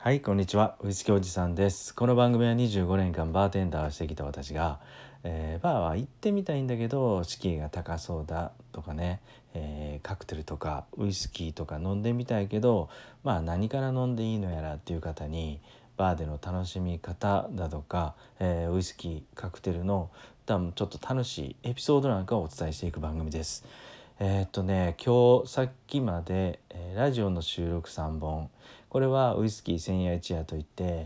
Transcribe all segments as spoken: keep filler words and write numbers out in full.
はい、こんにちは。ウイスキーおじさんです。この番組はにじゅうごねんかんバーテンダーをしてきた私が、えーバーは行ってみたいんだけど敷居が高そうだとかね、えーカクテルとかウイスキーとか飲んでみたいけど、まあ何から飲んでいいのやらっていう方にバーでの楽しみ方だとか、えーウイスキーカクテルの多分ちょっと楽しいエピソードなんかをお伝えしていく番組です。えーっとね今日さっきまで、えーラジオの収録さんぼん、これはウイスキー千夜一夜といって、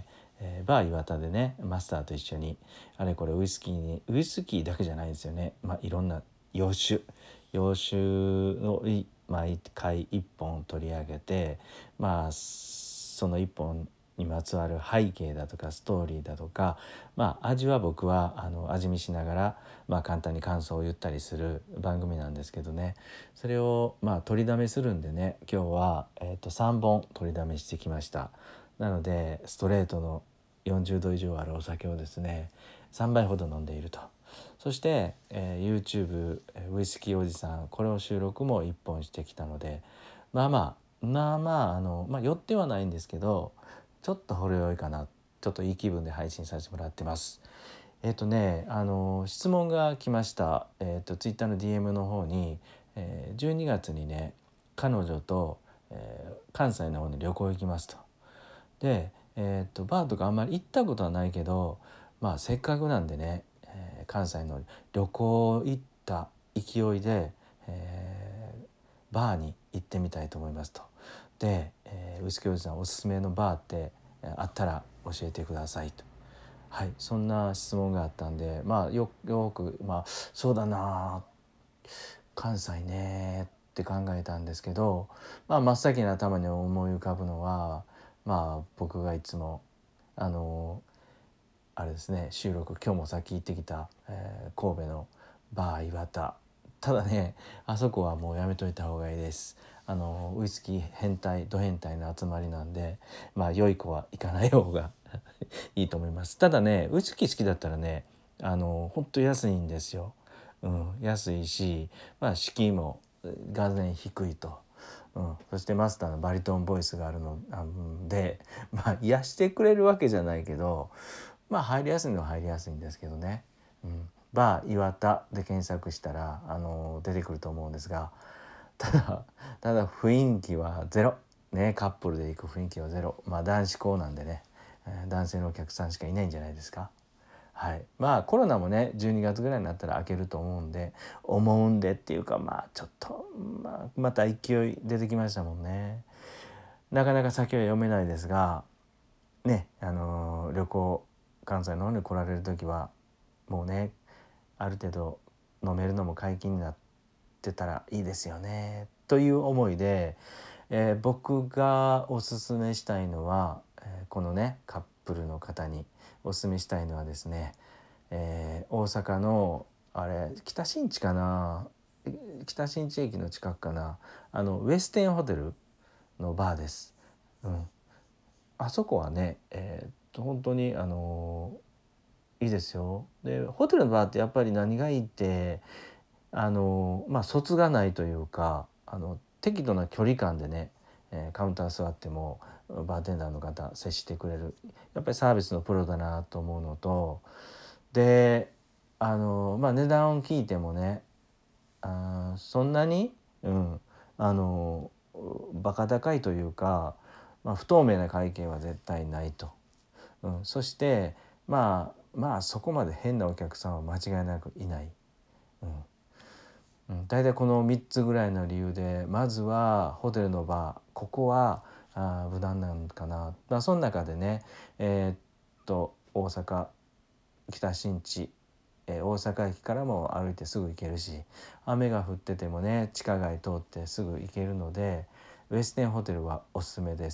えーバー岩田でねマスターと一緒にあれこれウイスキーにウイスキーだけじゃないんですよね、まあ、いろんな洋酒洋酒をい毎回いっぽん取り上げて、まあそのいっぽんにまつわる背景だとかストーリーだとか、まあ味は僕はあの味見しながら、まあ、簡単に感想を言ったりする番組なんですけどね、それをまあ取りだめするんでね、今日は、えー、とさんぼん取りだめしてきました。なのでストレートのよんじゅうど以上あるお酒をですねさんばいほど飲んでいると。そして、えー YouTube ウイスキーおじさん、これを収録もいっぽんしてきたので、まあまあまあまああの、まあ、寄ってはないんですけどちょっとほろ酔いかな、ちょっといい気分で配信させてもらってます。えっ、とねあの質問が来ました。えっ、と Twitter の ディーエム の方に、えーじゅうにがつにね彼女と、えー関西の方に旅行行きますと。で、えっ、とバーとかあんまり行ったことはないけど、まあせっかくなんでね、えー関西の旅行行った勢いで、えーバーに行ってみたいと思いますと。で、えー、ウイスキーおじさんおすすめのバーってえーあったら教えてくださいと。はい、そんな質問があったんで、まあよよくまあそうだな関西ねって考えたんですけど、まあ真っ先に頭に思い浮かぶのは、まあ僕がいつもあのあれですね、収録今日もさっき行ってきた、えー神戸のバー岩田。ただねあそこはもうやめといた方がいいです。あのウイスキー変態ド変態の集まりなんで、まあ良い子は行かない方がいいと思います。ただねウイスキー好きだったらね、あの本当安いんですよ。うん、安いし、まあ敷居もがぜ低いと。うん、そしてマスターのバリトンボイスがあるのなんで、まあ癒してくれるわけじゃないけど、まあ入りやすいのは入りやすいんですけどね。うん、バー岩田で検索したらあの出てくると思うんですが、ただただ雰囲気はゼロね、カップルで行く雰囲気はゼロ。まあ男子校なんでね、えー男性のお客さんしかいないんじゃないですか。はい、まあコロナもねじゅうにがつぐらいになったら開けると思うんで思うんでっていうか、まあちょっと、まあ、また勢い出てきましたもんね。なかなか先は読めないですがね、あのー旅行関西の方に来られる時はもうねある程度飲めるのも解禁になってたらいいですよねという思いで、えー僕がおすすめしたいのは、えーこのねカップルの方におすすめしたいのはですね、えー大阪のあれ北新地かな、北新地駅の近くかな、あのウェステンホテルのバーです。うん、あそこはね、えーっと本当にあのいいですよ。でホテルのバーってやっぱり何がいいってあのまあ卒がないというか、あの適度な距離感でね、えーカウンター座ってもバーテンダーの方接してくれる、やっぱりサービスのプロだなと思うのと、であのまあ値段を聞いてもね、あーそんなに、うん、あのバカ高いというか、まあ、不透明な会計は絶対ないと。うん、そしてまあまあそこまで変なお客さんは間違いなくいない。うんうん、大体このみっつぐらいの理由で、まずはホテルのバー、ここはあ無難なのかな、まあ、その中でね、えーっと大阪北新地、えー大阪駅からも歩いてすぐ行けるし、雨が降っててもね地下街通ってすぐ行けるのでウェステンホテルはおすすめです。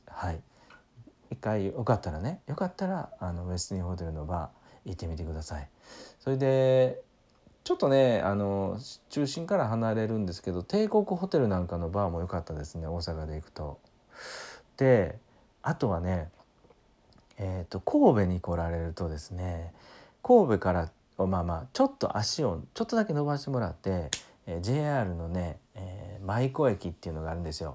はい、一回よかったらねよかったらあのウェスティンホテルのバー行ってみてください。それでちょっとねあの中心から離れるんですけど帝国ホテルなんかのバーも良かったですね、大阪で行くと。であとはね、えー、と神戸に来られるとですね、神戸からまあまあちょっと足をちょっとだけ伸ばしてもらって、えー ジェイアール のね、えー舞子駅っていうのがあるんですよ。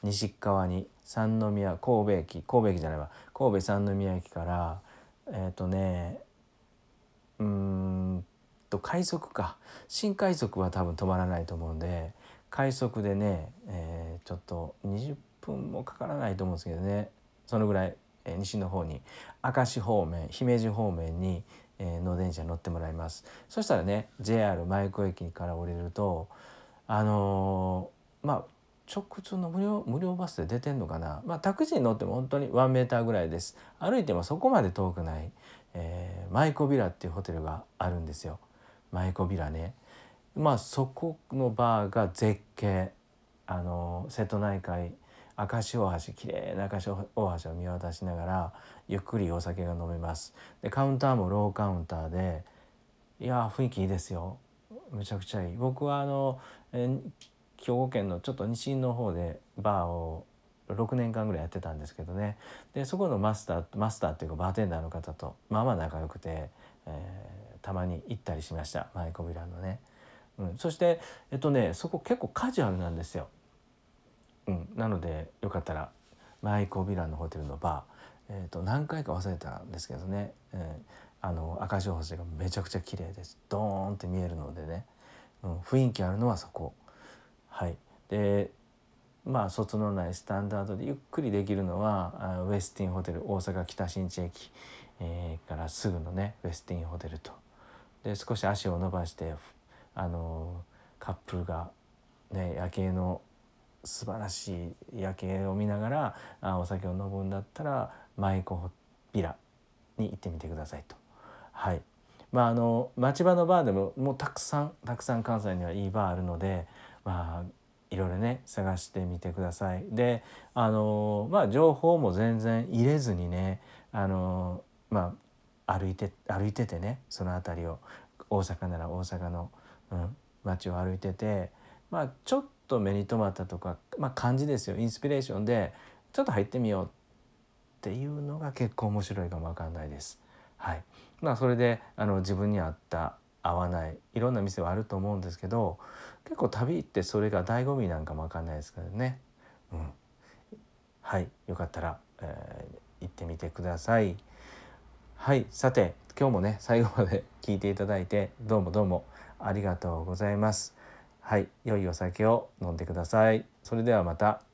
西側に三宮神戸駅神戸駅じゃないわ神戸三宮駅からえっ、とねうーんと快速か新快速は多分止まらないと思うんで快速でね、えー、ちょっとにじゅっぷんもかからないと思うんですけどねそのぐらい、えー、西の方に明石方面姫路方面に、えー、の電車に乗ってもらいます。そしたらね ジェイアール 舞子駅から降りるとあのー、まあ直通の無料無料バスで出てんのかな、まあ、タクシーに乗っても本当にワンメーターぐらいです。歩いてもそこまで遠くない、えー、舞子ビラっていうホテルがあるんですよ。舞子ビラね。まあそこのバーが絶景あの瀬戸内海明石大橋きれいな明石大橋を見渡しながらゆっくりお酒が飲めます。でカウンターもローカウンターでいや雰囲気いいですよ。めちゃくちゃいい。僕はあの、えー、兵庫県のちょっと西の方でバーをろくねんかんぐらいやってたんですけどね。でそこのマスターマスターっていうかバーテンダーの方とまあまあ仲良くて、えー、たまに行ったりしましたマイコビラのね。うん、そしてえっとねそこ結構カジュアルなんですよ。うん、なのでよかったらマイコビラのホテルのバー、えー、と何回か忘れたんですけどね、えー、あの赤潮星がめちゃくちゃ綺麗です。ドーンって見えるのでね、うん、雰囲気あるのはそこ。はい、でまあ卒のないスタンダードでゆっくりできるのはウェスティンホテル大阪北新地駅、えー、からすぐのねウェスティンホテルとで少し足を伸ばしてあのカップルがね夜景の素晴らしい夜景を見ながらあお酒を飲むんだったら舞妓ビラに行ってみてくださいと。はい。まああの町場のバーでももうたくさんたくさん関西にはいいバーあるので、まあいろいろね探してみてください。で、あのまあ情報も全然入れずにね、あのまあ歩いて歩いててねその辺りを大阪なら大阪の、うん、街を歩いてて、まあちょっと目に留まったとか、まあ感じですよインスピレーションでちょっと入ってみようっていうのが結構面白いかもわかんないです。はい。まあそれであの自分に合った合わないいろんな店はあると思うんですけど結構旅ってそれが醍醐味なんかもわかんないですけどね。うん。はい。よかったら、えー、行ってみてください。はい。さて今日もね最後まで聞いていただいてどうもどうもありがとうございます。はい。良いお酒を飲んでください。それではまた。